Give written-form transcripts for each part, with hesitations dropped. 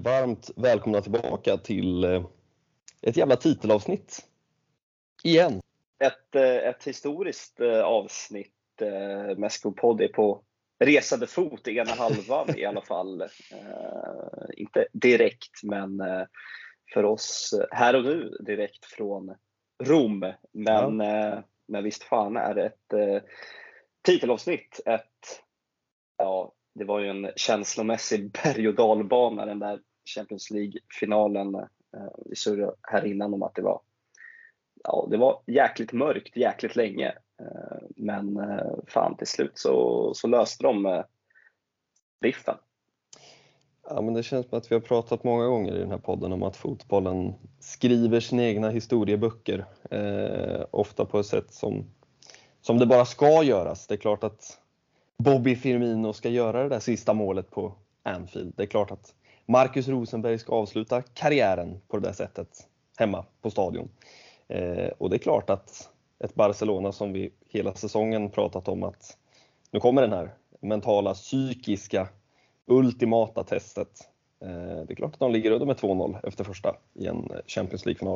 varmt välkomna tillbaka till ett jävla titelavsnitt. Igen. Ett historiskt avsnitt. Mäskopodd är på resande fot i ena halvan i alla fall. Inte direkt, men för oss här och nu direkt från Rom. Men visst fan är det ett titelavsnitt. Det var ju en känslomässig berg- och dalbana, den där Champions League-finalen. Vi surrade här innan om att det var jäkligt mörkt, jäkligt länge. Men fan, till slut så löste de biffen. Ja, men det känns som att vi har pratat många gånger i den här podden om att fotbollen skriver sina egna historieböcker. Ofta på ett sätt som det bara ska göras. Det är klart att Bobby Firmino ska göra det där sista målet på Anfield. Det är klart att Marcus Rosenberg ska avsluta karriären på det där sättet hemma på stadion. Och det är klart att ett Barcelona som vi hela säsongen pratat om att nu kommer den här mentala, psykiska, ultimata testet. Det är klart att de ligger under med 2-0 efter första i en Champions League-final.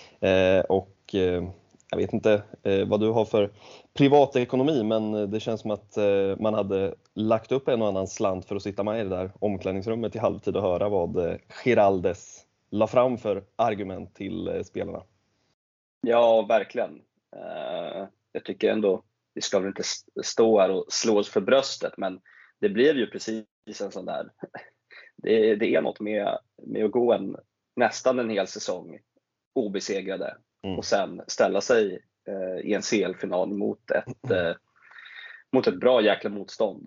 Jag vet inte vad du har för privatekonomi, men det känns som att man hade lagt upp en och annan slant för att sitta med i det där omklädningsrummet i halvtid och höra vad Giraldes la fram för argument till spelarna. Ja, verkligen. Jag tycker ändå, vi ska väl inte stå här och slå oss för bröstet, men det blev ju precis en sån där. Det är något med att gå nästan en hel säsong obesegrade och sen ställa sig i en CL-final mot ett bra jäkla motstånd.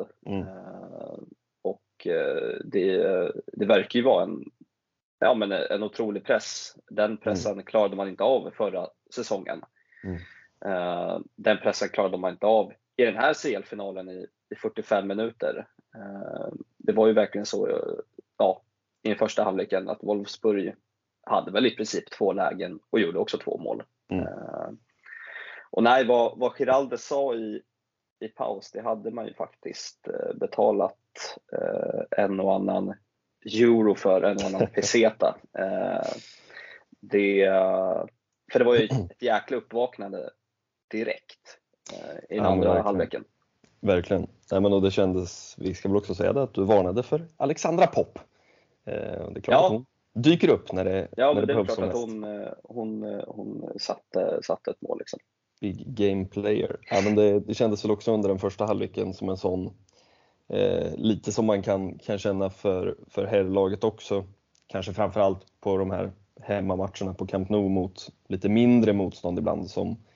Det verkar ju vara en otrolig press. Den pressen klarade man inte av förra säsongen. Den pressen klarade man inte av i den här CL-finalen i 45 minuter. Det var ju verkligen så i den första halvleken att Wolfsburg hade väl i princip 2 lägen och gjorde också 2 mål. Och nej, vad Giraldes sa i paus, det hade man ju faktiskt betalat en och annan euro för, en och annan peseta. För det var ju ett jäkla uppvaknande direkt i den andra halvleken. Verkligen. Nej, men det kändes, vi ska väl också säga det, att du varnade för Alexandra Popp. Det är klart att hon dyker upp när det behövs som mest. Hon satte ett mål liksom. Big game player. Ja, men det kändes väl också under den första halvleken som en sån lite som man kan känna för herrlaget också. Kanske framförallt på de här hemmamatcherna på Camp Nou mot lite mindre motstånd ibland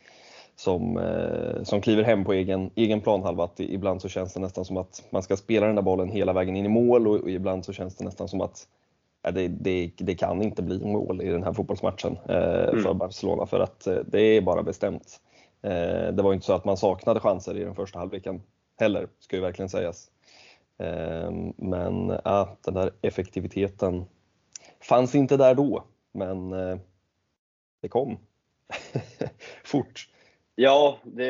som kliver hem på egen planhalva. Att ibland så känns det nästan som att man ska spela den där bollen hela vägen in i mål, och ibland så känns det nästan som att det kan inte bli mål i den här fotbollsmatchen för Barcelona, för att det är bara bestämt. Det var inte så att man saknade chanser i den första halvleken heller, ska ju verkligen sägas. Men den där effektiviteten fanns inte där då, men det kom fort. Ja, det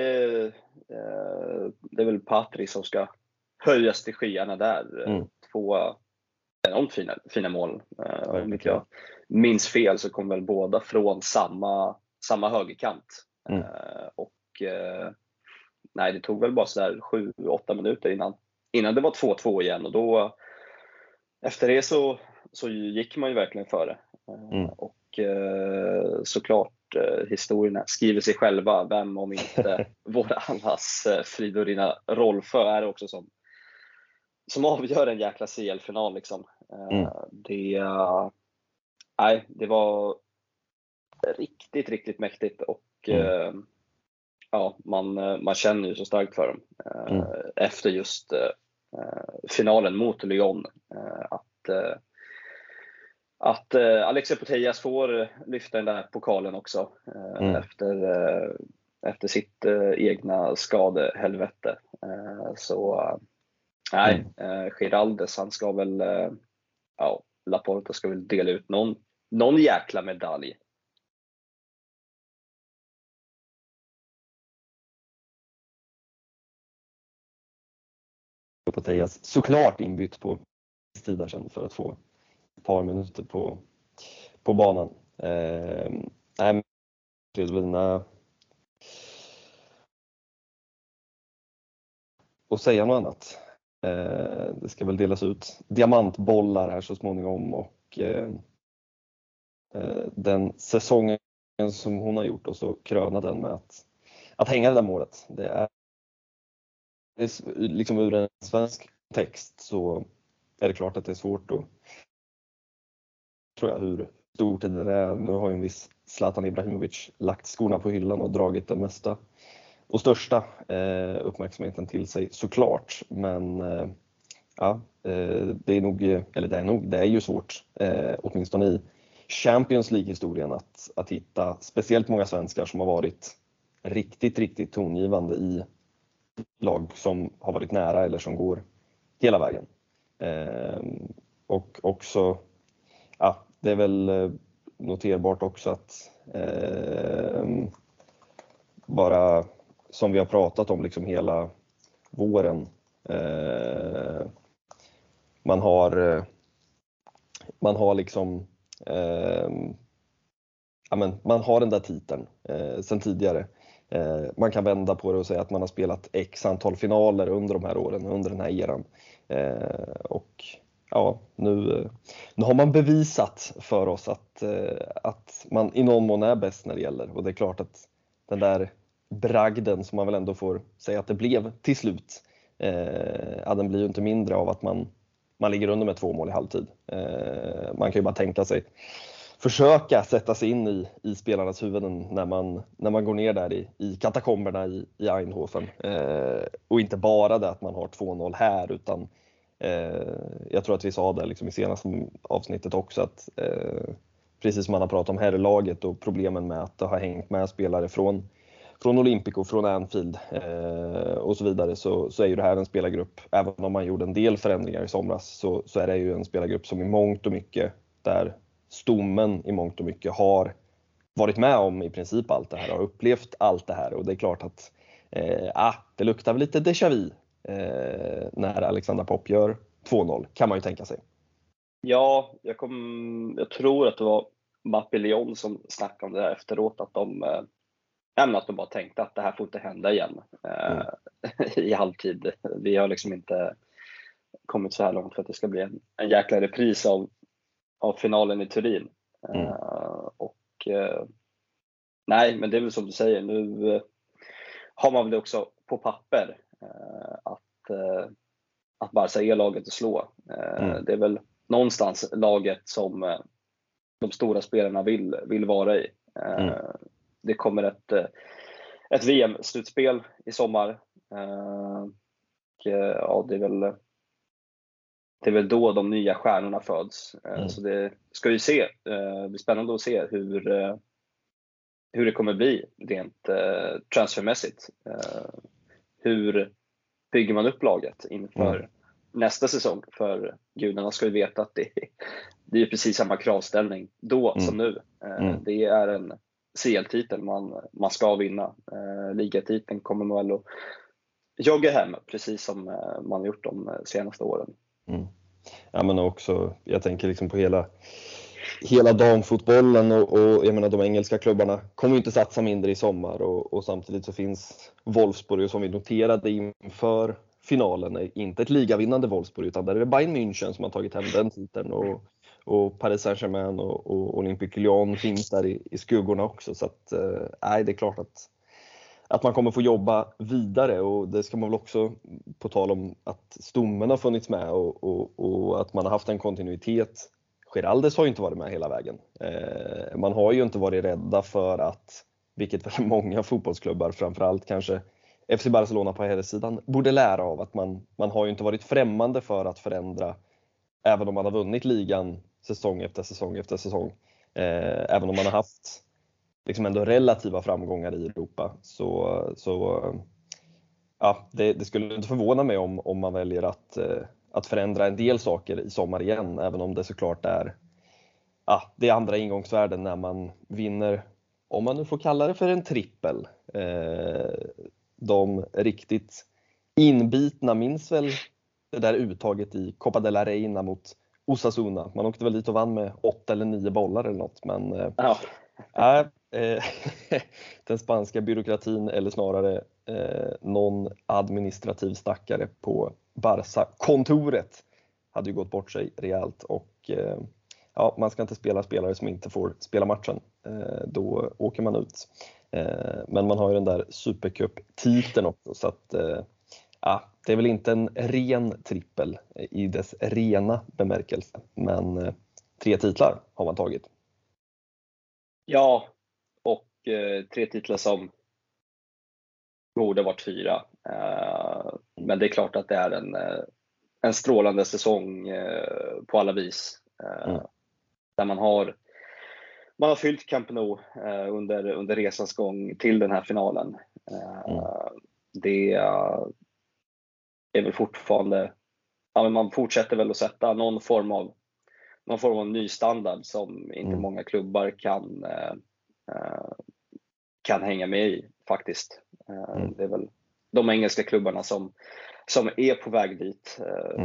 är väl Patri som ska höjas till skyarna där. 2 enormt fina mål. Om inte jag minns fel så kom väl båda från samma högerkant. Det tog väl bara så där 7-8 minuter innan det var 2-2 igen, och då efter det så gick man ju verkligen före. Och såklart historierna skriver sig själva. Vem om inte våra allas Fridolina Rolfö är också som avgör en jäkla CL-final liksom. Det var riktigt, riktigt mäktigt, och man känner ju så starkt för dem efter just finalen mot Lyon, att Alexia Putellas får lyfta den där pokalen också efter sitt egna skadehelvete. Giraldes, han ska väl Laporta ska väl dela ut någon jäkla medalj. Putellas såklart inbytt på sida sen för att få par minuter på banan. Nej, Fridolina och säga något annat. Det ska väl delas ut diamantbollar här så småningom, och den säsongen som hon har gjort, och så kröna den med att hänga det där målet. Det är liksom ur en svensk text så är det klart att det är svårt att, tror jag, hur stort det är. Nu har ju en viss Zlatan Ibrahimovic lagt skorna på hyllan och dragit den mesta och största uppmärksamheten till sig, såklart. Men det är ju svårt, åtminstone i Champions League-historien, att hitta speciellt många svenskar som har varit riktigt, riktigt tongivande i lag som har varit nära eller som går hela vägen. Och också, det är väl noterbart också att bara som vi har pratat om liksom hela våren, man har liksom man har den där titeln sen tidigare. Man kan vända på det och säga att man har spelat x antal finaler under de här åren, under den här eran. Och nu har man bevisat för oss att man i någon mån är bäst när det gäller. Och det är klart att den där bragden som man väl ändå får säga att det blev till slut, den blir ju inte mindre av att man ligger under med 2 mål i halvtid. Man kan ju bara tänka sig, försöka sätta sig in i spelarnas huvuden när man går ner där i katakomberna i Eindhoven. Och inte bara det att man har 2-0 här, utan jag tror att vi sa det liksom i senaste avsnittet också, att precis som man har pratat om herrlaget och problemen med att det har hängt med spelare från Olympico, från Anfield och så vidare, så är ju det här en spelargrupp, även om man gjorde en del förändringar i somras, så är det ju en spelargrupp som i mångt och mycket, där stommen i mångt och mycket har varit med om i princip allt det här, har upplevt allt det här. Och det är klart att det luktar väl lite déjà vu när Alexandra Popp gör 2-0, kan man ju tänka sig. Ja, jag tror att det var Mappi Leon som snackade om det här efteråt, att de bara tänkte att det här får inte hända igen i halvtid. Vi har liksom inte kommit så här långt för att det ska bli en jäkla repris av finalen i Turin. Nej, men det är väl som du säger, nu har man väl också på papper att Barca är laget att slå. Det är väl någonstans laget som de stora spelarna vill vara i. Det kommer ett VM-slutspel i sommar. Det är väl då de nya stjärnorna föds. Så det ska ju bli spännande att se hur det kommer bli rent transfermässigt. Hur bygger man upp laget inför nästa säsong? För gudarna ska ju veta att det är precis samma kravställning då som nu. Det är en CL-titel man ska vinna. Ligatiteln kommer man väl att jogga hem, precis som man har gjort de senaste åren. Ja, men också, jag tänker liksom på hela damfotbollen och jag menar, de engelska klubbarna kommer ju inte satsa mindre i sommar, och samtidigt så finns Wolfsburg, som vi noterade inför finalen, är inte ett ligavinnande Wolfsburg, utan där är det Bayern München som har tagit hem den titeln, och Paris Saint-Germain och Olympique Lyon finns där i skuggorna också. Så att det är klart att man kommer få jobba vidare, och det ska man väl också, på tal om att stommen har funnits med och att man har haft en kontinuitet. Geraldes har ju inte varit med hela vägen. Man har ju inte varit rädda för att, vilket väl många fotbollsklubbar, framförallt kanske FC Barcelona på herrsidan, borde lära av, att man har ju inte varit främmande för att förändra, även om man har vunnit ligan säsong efter säsong efter säsong. Även om man har haft liksom ändå relativa framgångar i Europa, det skulle inte förvåna mig om man väljer att förändra en del saker i sommar igen, även om det såklart det är andra ingångsvärden när man vinner, om man nu får kalla det för en trippel. De riktigt inbitna minns väl det där uttaget i Copa de la Reina mot Osasuna. Man åkte väl dit och vann med 8 eller 9 bollar eller något. Men den spanska byråkratin, eller snarare någon administrativ stackare på Barca-kontoret, hade ju gått bort sig rejält. Och man ska inte spela spelare som inte får spela matchen. Då åker man ut. Men man har ju den där Supercup-titeln också. Så att det är väl inte en ren trippel i dess rena bemärkelse. Men 3 titlar har man tagit. Ja, och 3 titlar som borde varit 4. Men det är klart att det är en strålande säsong på alla vis. Där man har fyllt Camp Nou under resans gång till den här finalen. Det är väl fortfarande, men man fortsätter väl att sätta någon form av ny standard som inte många klubbar kan hänga med i faktiskt. Det är väl de engelska klubbarna som är på väg dit.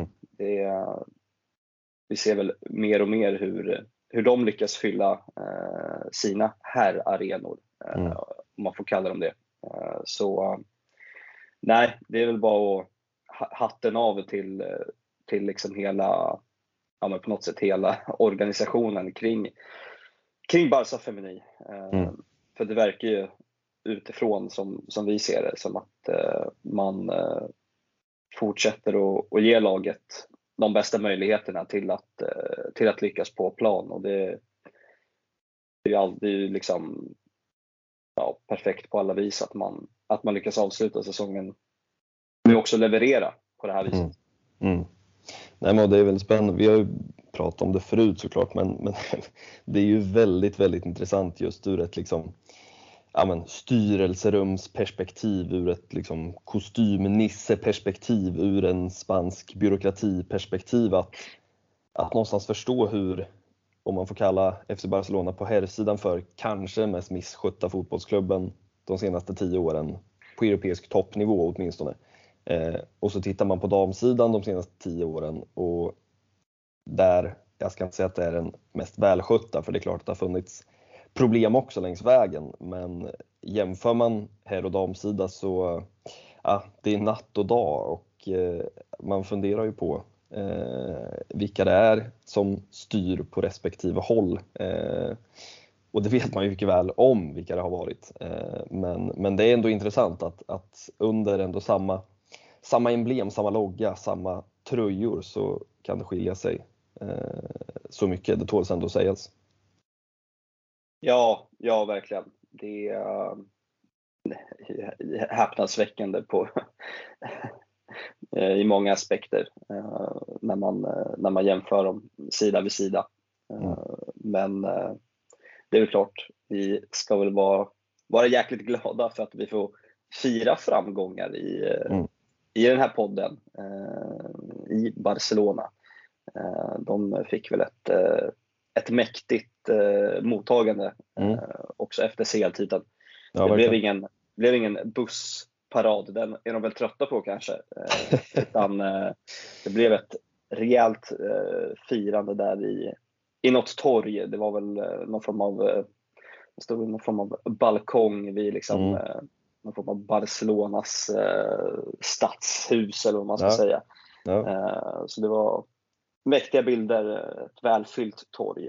Vi ser väl mer och mer hur de lyckas fylla sina herrarenor, om man får kalla dem det. Så nej, det är väl bara att hatten av till liksom hela, men på något sätt hela organisationen kring Barca Femini. För det verkar ju utifrån som vi ser det som att man fortsätter att ge laget de bästa möjligheterna till att lyckas på plan, och det är ju aldrig liksom perfekt på alla vis att man lyckas avsluta säsongen men också leverera på det här viset. Nej, men det är väldigt spännande. Vi har ju pratat om det förut såklart, men det är ju väldigt, väldigt intressant just ur ett liksom styrelserumsperspektiv, ur ett liksom kostymnisseperspektiv, ur en spansk byråkratiperspektiv, att någonstans förstå hur, om man får kalla FC Barcelona på herrsidan för kanske mest misskötta fotbollsklubben de senaste 10 åren på europeisk toppnivå åtminstone. Och så tittar man på damsidan de senaste 10 åren, och där, jag ska inte säga att det är den mest välskötta, för det är klart att det har funnits problem också längs vägen, men jämför man herr- och damsida så det är natt och dag, och man funderar ju på vilka det är som styr på respektive håll, och det vet man ju mycket väl om vilka det har varit, men det är ändå intressant att under ändå samma emblem, samma logga, samma tröjor, så kan det skilja sig så mycket. Det tåls ändå sägas. Ja, verkligen. Det är häpnadsväckande i många aspekter när man jämför dem sida vid sida. Men det är väl klart, vi ska väl vara jäkligt glada för att vi får fira framgångar i den här podden i Barcelona. De fick väl ett mäktigt mottagande också efter CL-titeln. Ja, det blev ingen bussparad, den är de väl trötta på kanske. Utan det blev ett rejält firande där i något torg. Det var väl någon form av balkong vid liksom någon form av Barcelonas stadshus, eller vad man ska säga. Så det var mäktiga bilder, ett välfyllt torg.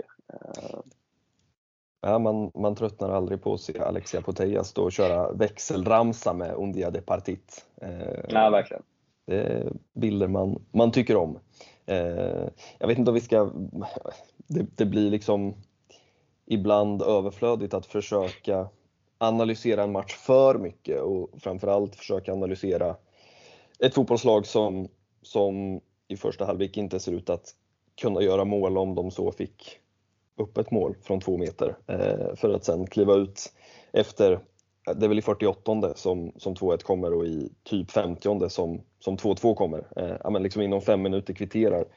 Ja, man tröttnar aldrig på att se Alexia Putellas stå och köra växelramsa med Un Día de Partit. Ja, verkligen. Det är bilder man tycker om. Jag vet inte om vi ska... Det blir liksom ibland överflödigt att försöka analysera en match för mycket, och framförallt försöka analysera ett fotbollslag som i första halvlek inte ser ut att kunna göra mål, om de så fick upp ett mål från 2 meter, för att sen kliva ut efter, det är väl i 48 som 2-1 kommer, och i typ 50 som 2-2 kommer. Men liksom inom 5 minuter kvitterar.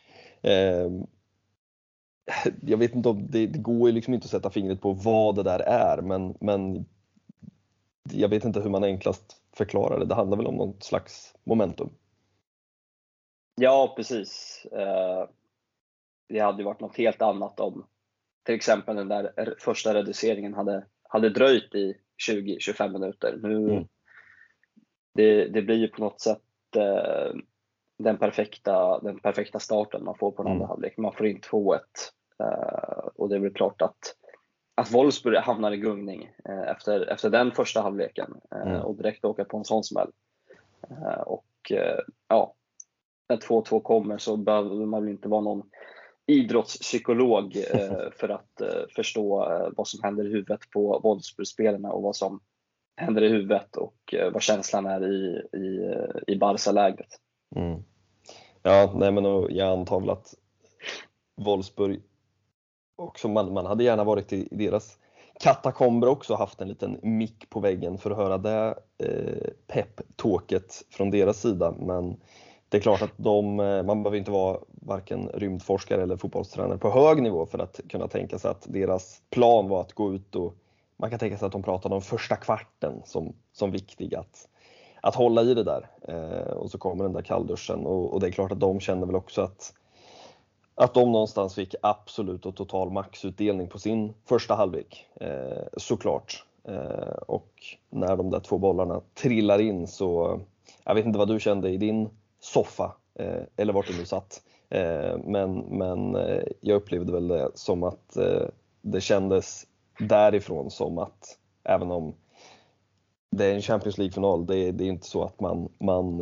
Jag vet inte om det går ju liksom inte att sätta fingret på vad det där är, men jag vet inte hur man enklast förklarar det. Det handlar väl om någon slags momentum. Ja, precis. det hade ju varit något helt annat om till exempel den där första reduceringen hade dröjt i 20-25 minuter. Nu det blir ju på något sätt den perfekta starten man får på den andra halvlek. Man får in 2-1 och det är väl klart att Wolfsburg hamnar i gungning efter den första halvleken och direkt åka på en sån smäll. Och ja, när 2-2 kommer så behöver man väl inte vara någon idrottspsykolog för att förstå vad som händer i huvudet på Wolfsburg-spelarna och vad som händer i huvudet och vad känslan är i Barca-lägret. Ja, nej, men jag antar väl att Wolfsburg också, man hade gärna varit i deras katakomber också, haft en liten mick på väggen för att höra det pepp-tåket från deras sida. Men det är klart att man behöver inte vara varken rymdforskare eller fotbollstränare på hög nivå för att kunna tänka sig att deras plan var att gå ut, och man kan tänka sig att de pratade om första kvarten som viktig att hålla i det där. Och så kommer den där kallduschen, och det är klart att de känner väl också att de någonstans fick absolut och total maxutdelning på sin första halvlek, såklart. Och när de där 2 bollarna trillar in, så jag vet inte vad du kände i din soffa eller vart du nu satt, men jag upplevde väl det som att det kändes därifrån som att även om det är en Champions League-final, det är inte så att man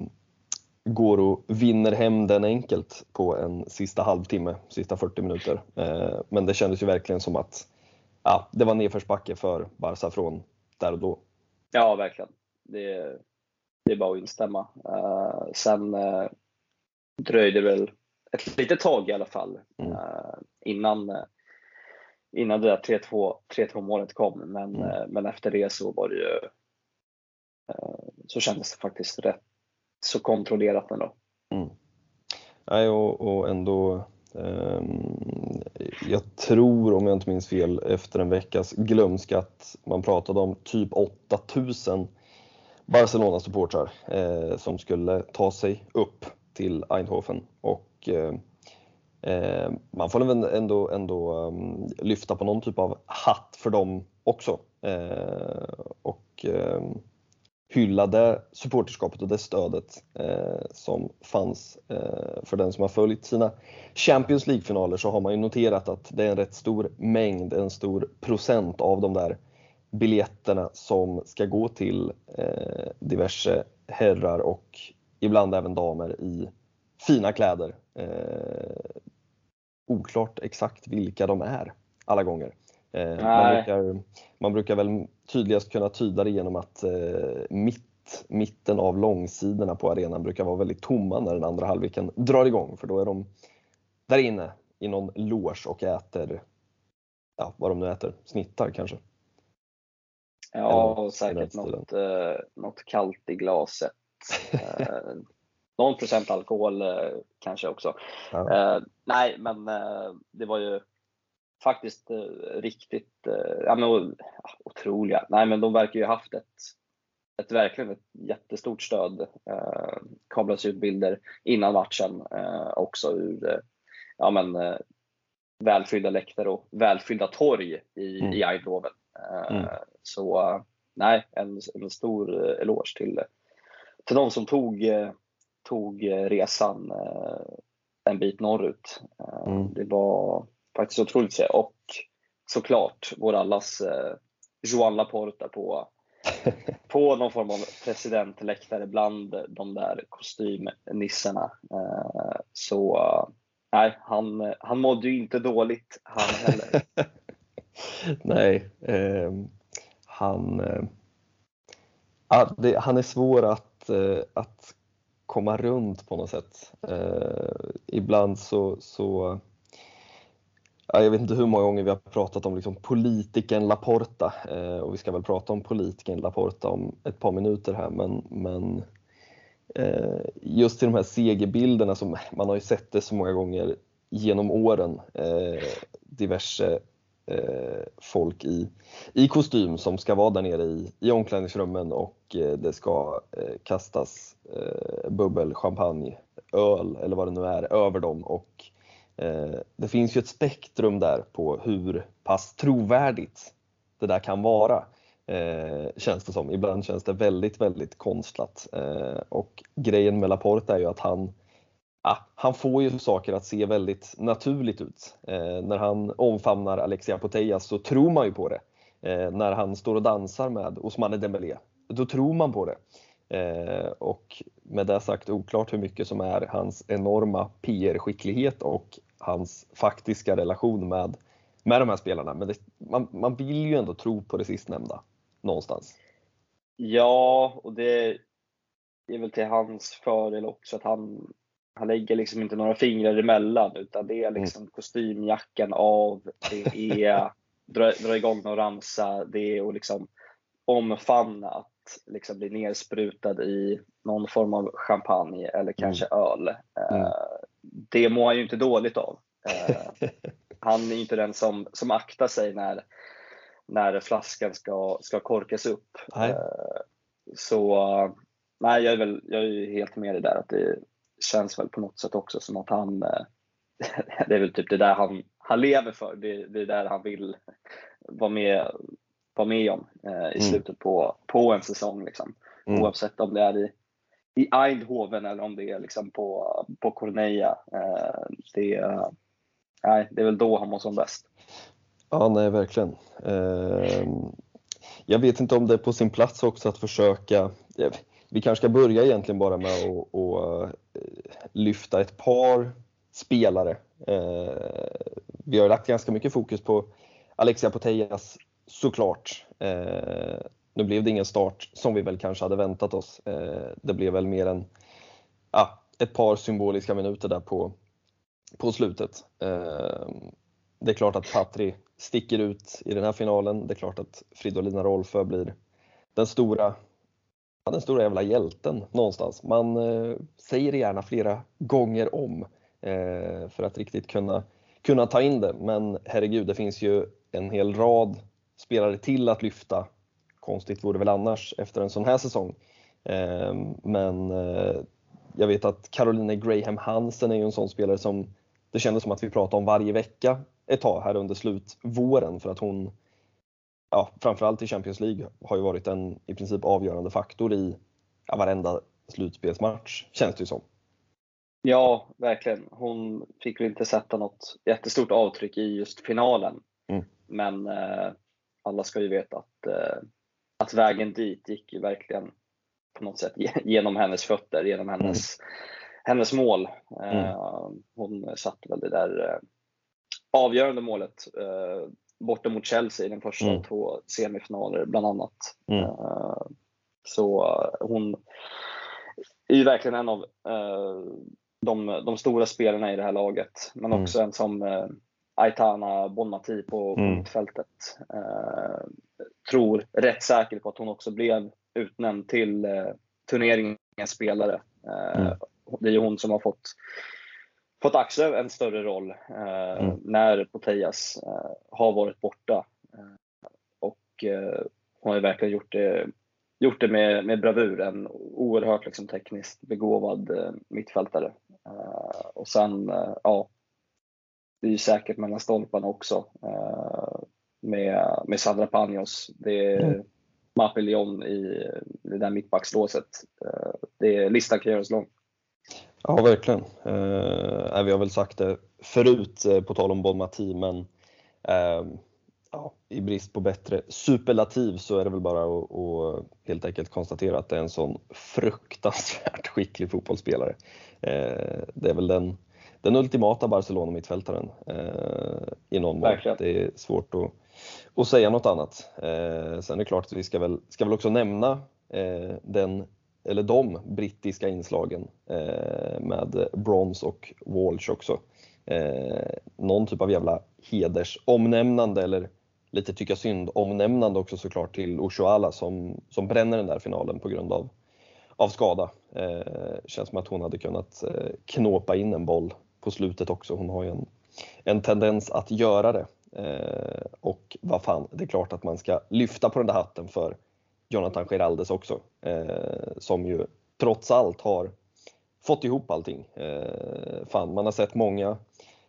går och vinner hem den enkelt på en sista halvtimme, sista 40 minuter. Men det kändes ju verkligen som att det var nedförsbacke för Barca från där och då. Ja, verkligen. Det är bara att instämma. Sen dröjde väl ett litet tag i alla fall innan det där 3-2 målet kom. Men efter det så var det ju så kändes det faktiskt rätt så kontrollerat ändå. Nej, och ändå jag tror, om jag inte minns fel, efter en veckas glömska att man pratade om typ 8000 Barcelona-supportrar som skulle ta sig upp till Eindhoven, och man får väl ändå lyfta på någon typ av hatt för dem också, och hylla det supporterskapet och det stödet som fanns. För den som har följt sina Champions League-finaler så har man ju noterat att det är en rätt stor mängd, en stor procent av de där biljetterna som ska gå till diverse herrar och ibland även damer i fina kläder. Oklart exakt vilka de är alla gånger. Man brukar väl tydligast kunna tyda det genom att mitten av långsidorna på arenan brukar vara väldigt tomma när den andra halvleken drar igång, för då är de där inne i någon loge och äter, vad de nu äter, snittar kanske. Ja, och säkert något kallt i glaset. Någon procent alkohol kanske också. Ja. Nej, men det var ju faktiskt riktigt otroliga. Nej, men de verkar ju haft verkligen ett jättestort stöd. Kablas ut bilder innan matchen också ur välfyllda läktare och välfyllda torg i Eindhoven. Så nej, en stor eloge till de som tog resan en bit norrut. Det var faktiskt otroligt att se, och såklart vår allas Joan Laporta på någon form av presidentläktare bland de där kostymnissarna. Så nej, han mådde ju inte dåligt han heller. Nej, han är svår att komma runt på något sätt. Ibland så jag vet inte hur många gånger vi har pratat om liksom politikern Laporta, och vi ska väl prata om politikern Laporta om ett par minuter här, men just i de här segerbilderna som man har ju sett det så många gånger genom åren, diverse folk i kostym som ska vara där nere i omklädningsrummen, och det ska kastas bubbel, champagne, öl eller vad det nu är över dem, och Det finns ju ett spektrum där på hur pass trovärdigt det där kan vara. Känns det som. Ibland känns det väldigt, väldigt konstlat. Och grejen med Laporte är ju att han får ju saker att se väldigt naturligt ut. När han omfamnar Alexia Putellas så tror man ju på det. När han står och dansar med Ousmane Dembélé, då tror man på det. Och med det sagt oklart hur mycket som är hans enorma PR-skicklighet och hans faktiska relation med de här spelarna. Men man vill ju ändå tro på det sistnämnda någonstans. Ja, och det är väl till hans fördel också att han lägger liksom inte några fingrar emellan, utan det är liksom kostymjackan av, det är dra igång och ramsa, det är och liksom omfamna att liksom bli nersprutad i någon form av champagne eller kanske öl. Det mår han ju inte dåligt av. Han är inte den som aktar sig när flaskan ska korkas upp. Så nej, jag är helt med i det där, att det känns väl på något sätt också som att han det är väl typ det där han lever för. Det är där han vill vara med om i slutet på en säsong liksom. Oavsett om det är i Eindhoven eller om det är liksom på Corneilla. Det är väl då han mår som bäst. Ja, nej, verkligen. Jag vet inte om det är på sin plats också att försöka. Vi kanske ska börja egentligen bara med att lyfta ett par spelare. Vi har lagt ganska mycket fokus på Alexia Putellas såklart. Nu blev det ingen start som vi väl kanske hade väntat oss. Det blev väl mer än ett par symboliska minuter där på slutet. Det är klart att Patri sticker ut i den här finalen. Det är klart att Fridolina Rolfö blir den stora jävla hjälten någonstans. Man säger det gärna flera gånger om för att riktigt kunna ta in det. Men herregud, det finns ju en hel rad spelare till att lyfta. Konstigt vore det väl annars efter en sån här säsong. Men jag vet att Caroline Graham Hansen är ju en sån spelare som det kändes som att vi pratade om varje vecka ett tag här under slutvåren, för att hon framförallt i Champions League har ju varit en i princip avgörande faktor i varenda slutspelsmatch, känns det ju som. Ja, verkligen. Hon fick väl inte sätta något jättestort avtryck i just finalen. Men alla ska ju veta att vägen dit gick ju verkligen på något sätt genom hennes fötter, genom hennes mål. Hon satte väl det där avgörande målet borta mot Chelsea i den första 2 semifinaler bland annat. Så hon är ju verkligen en av de stora spelarna i det här laget, men också en som Aitana Bonmati på mittfältet. Tror rätt säker på att hon också blev utnämnd till turneringens spelare. Det är ju hon som har fått axla en större roll när Putellas har varit borta. Och hon har ju verkligen gjort det med bravur. En oerhört liksom tekniskt begåvad mittfältare. Och sen det är ju säkert mellan stolparna också med Sandra Paños. Det är Mapi Leon i det där mittbackslåset. Listan kan göras lång. Ja, verkligen. Vi har väl sagt det förut på tal om Bonmati, men i brist på bättre superlativ så är det väl bara att helt enkelt konstatera att det är en sån fruktansvärt skicklig fotbollsspelare. Det är väl den ultimata Barcelona-mittfältaren i någon mån. Det är svårt att säga något annat. Sen är det klart att vi ska väl också nämna de brittiska inslagen med Bronze och Walsh också. Någon typ av jävla hedersomnämnande, eller lite tycka synd omnämnande också såklart till Oshoala som bränner den där finalen på grund av skada. Känns som att hon hade kunnat knåpa in en boll på slutet också. Hon har ju en tendens att göra det. Och vad fan, det är klart att man ska lyfta på den där hatten för Jonathan Giraldes också, som ju trots allt har fått ihop allting. Man har sett många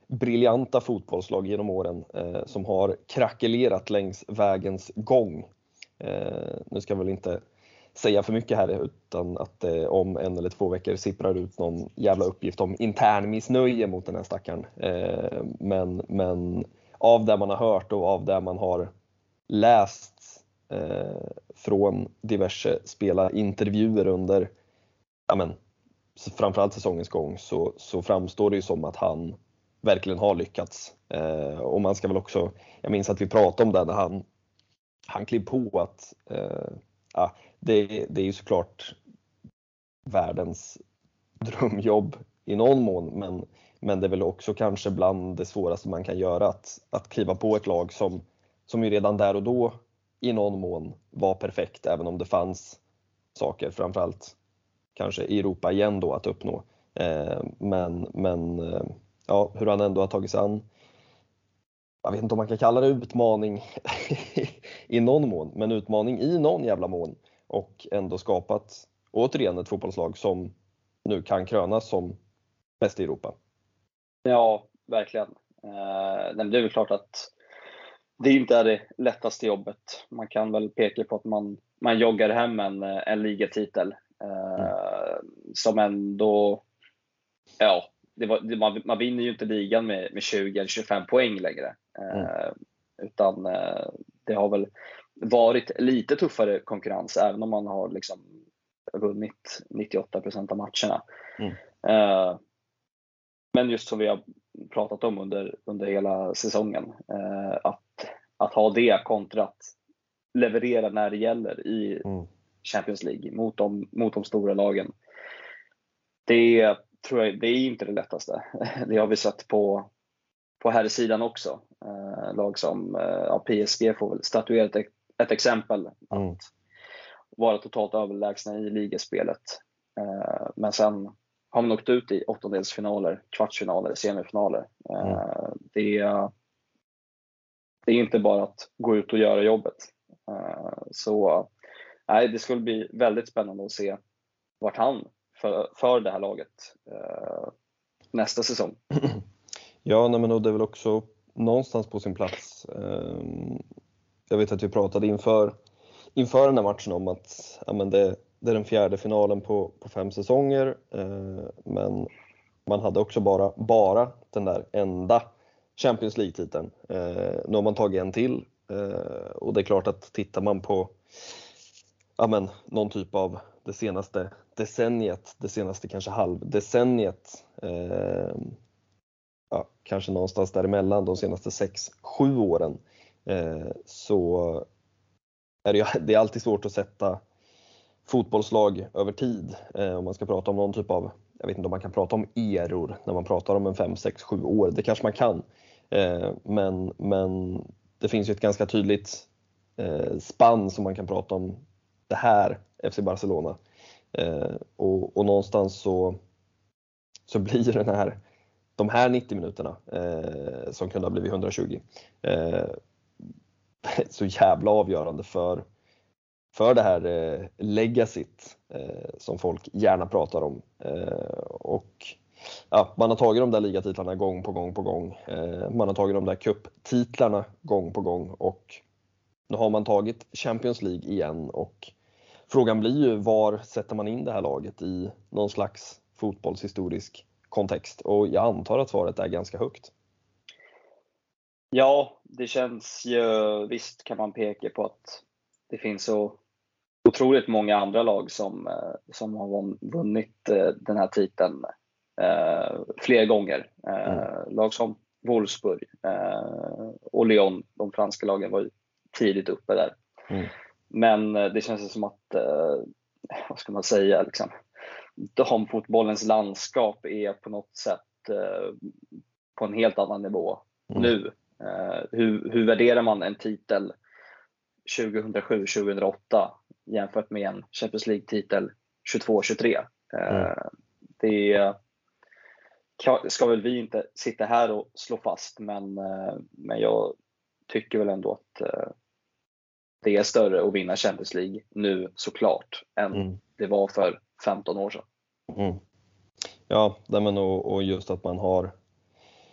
briljanta fotbollslag genom åren som har krackelerat längs vägens gång. Nu ska jag väl inte säga för mycket här, utan att om 1 eller 2 veckor sipprar ut någon jävla uppgift om intern missnöje mot den här stackaren. Men av det man har hört och av det man har läst från diverse spelarintervjuer under framförallt säsongens gång, så framstår det ju som att han verkligen har lyckats. Och man ska väl också, jag minns att vi pratade om det när han klev på att det är ju såklart världens drömjobb i någon mån, men det är väl också kanske bland det svåraste man kan göra att kliva på ett lag som ju redan där och då i någon mån var perfekt, även om det fanns saker, framförallt kanske i Europa igen då, att uppnå. Men hur han ändå har tagit sig an, jag vet inte om man kan kalla det utmaning i någon mån, men utmaning i någon jävla mån, och ändå skapat återigen ett fotbollslag som nu kan krönas som bäst i Europa. Ja, verkligen. Det är väl klart att det inte är det lättaste jobbet. Man kan väl peka på att man joggar hem en ligatitel som ändå, man vinner ju inte ligan med 20 eller 25 poäng längre. Utan det har väl varit lite tuffare konkurrens, även om man har liksom vunnit 98% av matcherna. Men just som vi har pratat om under hela säsongen, att ha det kontra att leverera när det gäller i Champions League mot de stora lagen. Det tror jag, det är inte det lättaste. Det har vi sett på herrsidan också. Lag som PSG får väl statuera ett exempel att vara totalt överlägsna i ligaspelet. Men sen har man åkt ut i åttondelsfinaler, kvartsfinaler, semifinaler. Det är inte bara att gå ut och göra jobbet. Så det skulle bli väldigt spännande att se vart han för det här laget nästa säsong. Ja, men det är väl också någonstans på sin plats. Jag vet att vi pratade inför den här matchen om att det är den 4:e finalen på 5 säsonger, men man hade också bara den där enda Champions League-titeln. Nu har man tagit en till, och det är klart att tittar man på någon typ av det senaste decenniet, det senaste kanske halvdecenniet, kanske någonstans däremellan de senaste 6-7 åren, så är det är alltid svårt att sätta fotbollslag över tid. Om man ska prata om någon typ av, jag vet inte om man kan prata om eror när man pratar om en 5-6-7 år, det kanske man kan, men det finns ju ett ganska tydligt spann som man kan prata om det här FC Barcelona, och någonstans så blir de här 90 minuterna som kunde ha blivit 120 så jävla avgörande för det här legacyt som folk gärna pratar om, och man har tagit de där ligatitlarna gång på gång, man har tagit de där cuptitlarna gång på gång, och nu har man tagit Champions League igen, och frågan blir ju, var sätter man in det här laget i någon slags fotbollshistorisk kontext, och jag antar att svaret är ganska högt. Ja, det känns ju, visst kan man peka på att det finns så otroligt många andra lag som har vunnit den här titeln fler gånger. Lag som Wolfsburg och Lyon, de franska lagen var ju tidigt uppe där. Men det känns som att, vad ska man säga, liksom, damfotbollens landskap är på något sätt på en helt annan nivå nu. Hur värderar man en titel 2007-2008 jämfört med en Champions League-titel 22-23? Det ska väl vi inte sitta här och slå fast, men jag tycker väl ändå att det är större att vinna Champions League nu, såklart, än det var för 15 år sedan. Ja, men och just att man har,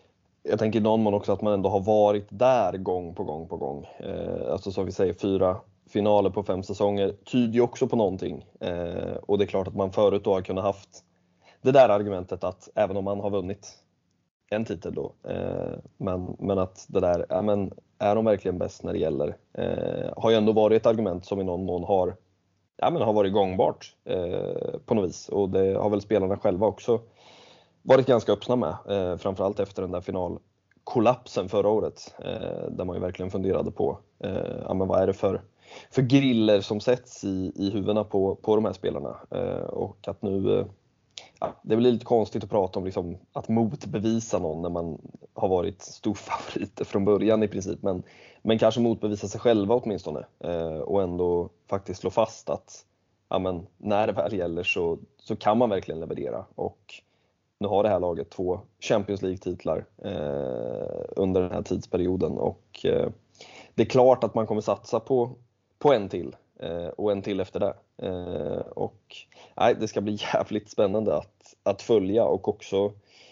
jag tänker i någon mån också att man ändå har varit där gång på gång. Alltså som vi säger, 4 finaler på 5 säsonger tyder ju också på någonting. Och det är klart att man förut då har kunnat haft det där argumentet att även om man har vunnit en titel då, men att det där, ja, men är de verkligen bäst när det gäller? Har ju ändå varit ett argument som i någon mån har varit gångbart på något vis. Och det har väl spelarna själva också varit ganska öppna med, framförallt efter den där finalkollapsen förra året, där man ju verkligen funderade på men vad är det för griller som sätts i huvudena på de här spelarna, och att nu det blir lite konstigt att prata om liksom, att motbevisa någon när man har varit storfavoriter från början i princip, men kanske motbevisa sig själva åtminstone, och ändå faktiskt slå fast att när det väl gäller så kan man verkligen leverera. Och nu har det här laget 2 Champions League-titlar under den här tidsperioden, och det är klart att man kommer satsa på en till och en till efter det. Och det ska bli jävligt spännande att följa, och också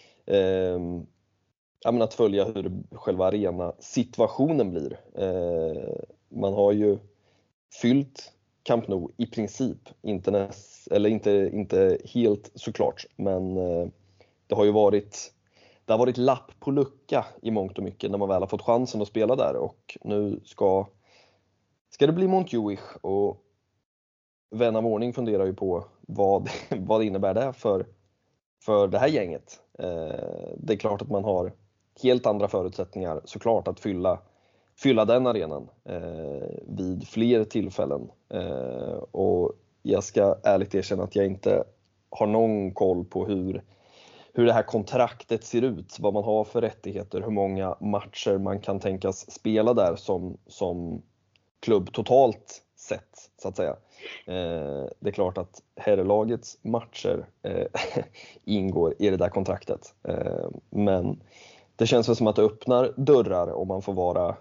att följa hur själva arena-situationen blir. Man har ju fyllt Camp Nou i princip, inte helt såklart, men det har varit lapp på lucka i mångt och mycket när man väl har fått chansen att spela där, och nu ska det bli Montjuich, och vän av ordning funderar ju på vad det innebär det för det här gänget. Det är klart att man har helt andra förutsättningar såklart att fylla den arenan vid fler tillfällen, och jag ska ärligt erkänna att jag inte har någon koll på hur det här kontraktet ser ut, vad man har för rättigheter, hur många matcher man kan tänkas spela där som klubb totalt sett, så att säga. Det är klart att herrlagets matcher ingår i det där kontraktet, men det känns väl som att det öppnar dörrar om man får vara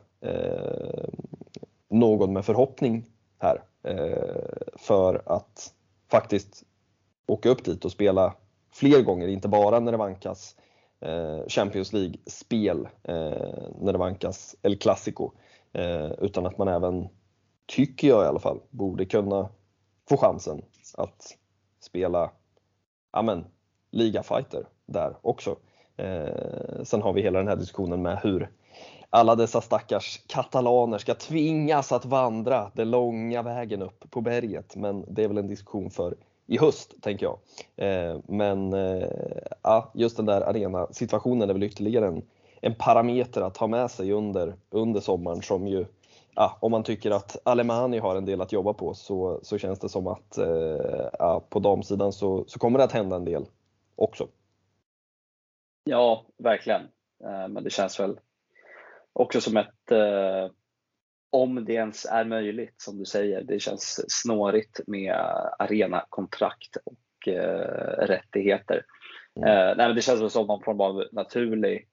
någon med förhoppning här, för att faktiskt åka upp dit och spela fler gånger, inte bara när det vankas Champions League-spel, när det vankas El Clasico, utan att man även, tycker jag i alla fall, borde kunna få chansen att spela ligafighter där också. Sen har vi hela den här diskussionen med hur alla dessa stackars katalaner ska tvingas att vandra den långa vägen upp på berget, men det är väl en diskussion för i höst, tänker jag. Men just den där arena-situationen är väl ytterligare en parameter att ha med sig under sommaren, som ju, om man tycker att Alemani har en del att jobba på, så känns det som att på damsidan så kommer det att hända en del också. Ja, verkligen. Men det känns väl också som ett, om det ens är möjligt, som du säger, det känns snårigt med arenakontrakt och rättigheter. Men det känns väl som någon form av naturlig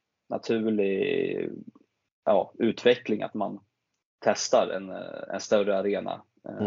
utveckling, att man testar en större arena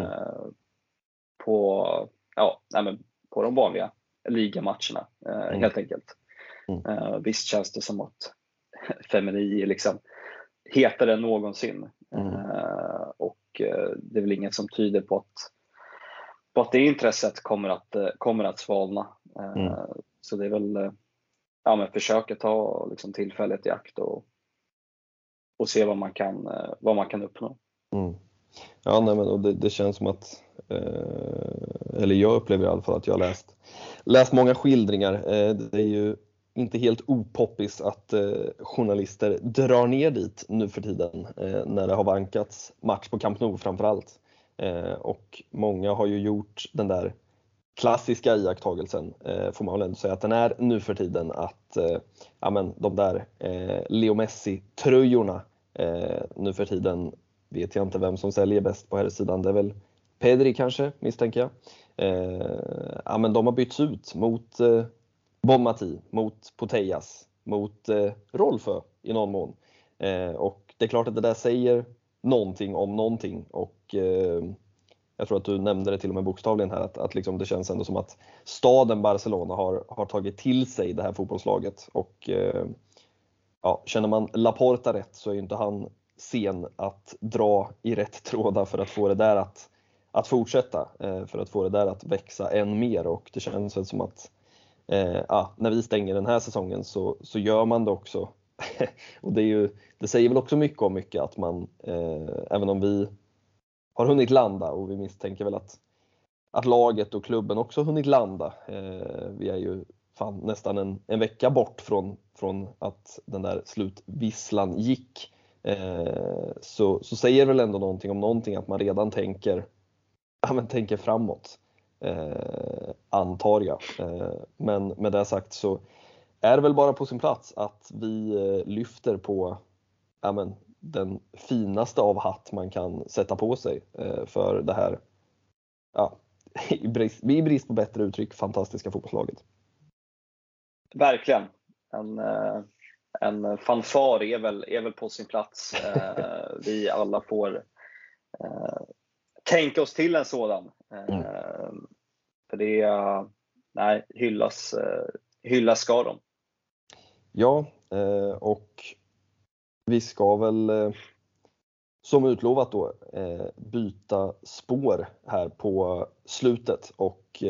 på de vanliga ligamatcherna, helt enkelt. Visst känns det som att Femini liksom hetare än någonsin, och det är väl inget som tyder på att det intresset kommer att svalna. Så det är väl försöka ta liksom tillfället i akt och se vad man kan uppnå. Ja, nej, men och det känns som att eller jag upplever i alla fall att jag har läst många skildringar. Det är ju inte helt opoppis att journalister drar ner dit nu för tiden, när det har vankats match på Camp Nou framförallt. Och många har ju gjort den där klassiska iakttagelsen, får man väl ändå säga att den är nu för tiden, att de där Leo Messi-tröjorna nu för tiden, vet jag inte vem som säljer bäst på här sidan, det är väl Pedri kanske, misstänker jag. Men de har bytts ut mot Bonmati, mot Putellas, mot Rolfö i någon mån. Och det är klart att det där säger någonting om någonting, och jag tror att du nämnde det till och med bokstavligen här, att liksom det känns ändå som att staden Barcelona har tagit till sig det här fotbollslaget, och ja, känner man Laporta rätt så är ju inte han sen att dra i rätt trådar för att få det där att fortsätta, för att få det där att växa än mer. Och det känns väl som att när vi stänger den här säsongen så gör man det också. Och det säger väl också mycket om mycket att man, även om vi har hunnit landa, och vi misstänker väl att laget och klubben också har hunnit landa. Vi är ju nästan en vecka bort från att den där slutvisslan gick. Så säger väl ändå någonting om någonting att man redan tänker framåt, antar jag. Men med det sagt så är det väl bara på sin plats att vi lyfter på den finaste av hatt man kan sätta på sig för det här, i brist på bättre uttryck, fantastiska fotbollslaget. Verkligen. En fanfar är väl på sin plats. Vi alla får tänka oss till en sådan. För det hyllas ska de. Ja, och vi ska väl som utlovat då byta spår här på slutet, och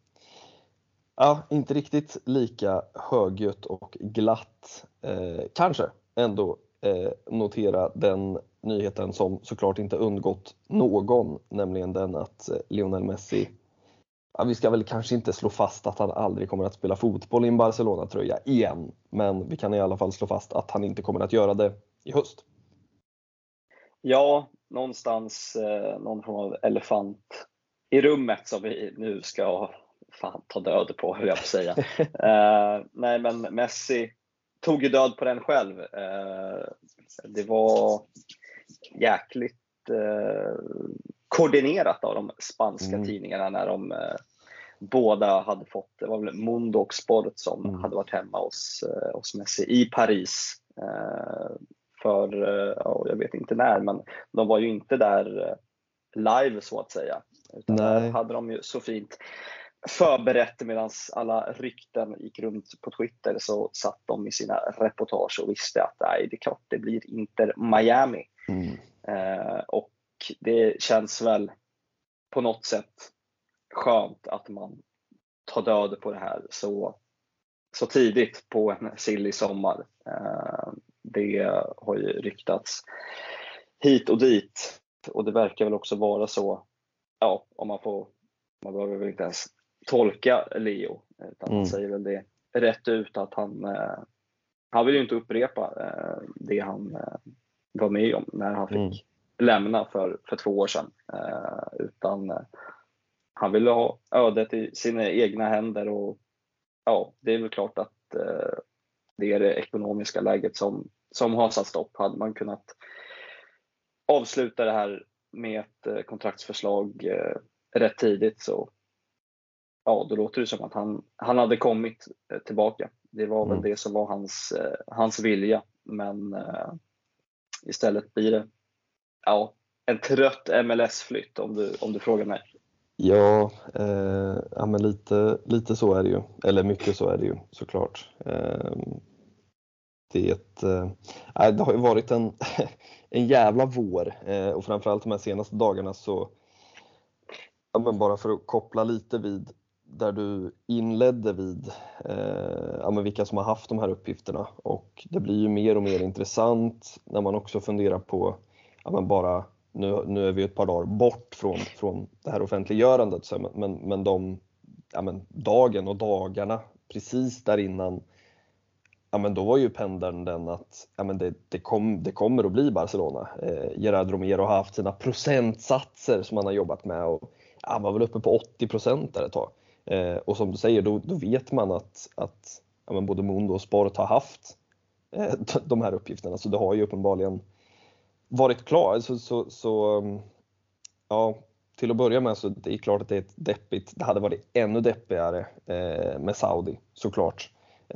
inte riktigt lika högljutt och glatt kanske ändå notera den nyheten som såklart inte undgått någon, nämligen den att Lionel Messi, vi ska väl kanske inte slå fast att han aldrig kommer att spela fotboll i en Barcelona-tröja igen, men vi kan i alla fall slå fast att han inte kommer att göra det i höst. Ja, någonstans någon form av elefant i rummet som vi nu ska ta död på, höll jag på att säga. Nej, men Messi tog ju död på den själv. Det var jäkligt koordinerat av de spanska tidningarna när de båda hade fått, det var väl Mundo och Sport som hade varit hemma hos Messi i Paris för, jag vet inte när, men de var ju inte där live så att säga, utan där hade de ju så fint förberett, medan alla rykten gick runt på Twitter, så satt de i sina reportage och visste att det är klart det blir Inter Miami. Och det känns väl på något sätt skönt att man tar död på det här så tidigt på en sillig sommar. Det har ju ryktats hit och dit, och det verkar väl också vara så, man behöver väl inte ens tolka Leo, utan han säger väl det rätt ut, att han vill ju inte upprepa det han var med om när han fick lämna för 2 år sedan, utan han ville ha ödet i sina egna händer. Och det är väl klart att det är det ekonomiska läget som har satt stopp. Hade man kunnat avsluta det här med ett kontraktsförslag rätt tidigt, så då låter det som att han hade kommit tillbaka. Det var väl det som var hans vilja, men istället blir det en trött MLS-flytt om du frågar mig. Ja, men lite så är det ju, eller mycket så är det ju såklart. Det har ju varit en jävla vår, och framförallt de här senaste dagarna så, men bara för att koppla lite vid där du inledde vid men vilka som har haft de här uppgifterna, och det blir ju mer och mer intressant när man också funderar på men bara nu är vi ett par dagar bort från det här offentliggörandet, så, men dagen och dagarna precis där innan, men då var ju pendeln den att det kommer att bli Barcelona. Gerard Romero har haft sina procentsatser som han har jobbat med, och han var väl uppe på 80% där ett tag. Och som du säger, då vet man att både Mundo och Sport har haft de här uppgifterna, så det har ju uppenbarligen varit klart. Till att börja med så det är klart att det är det hade varit ännu deppigare med Saudi, såklart.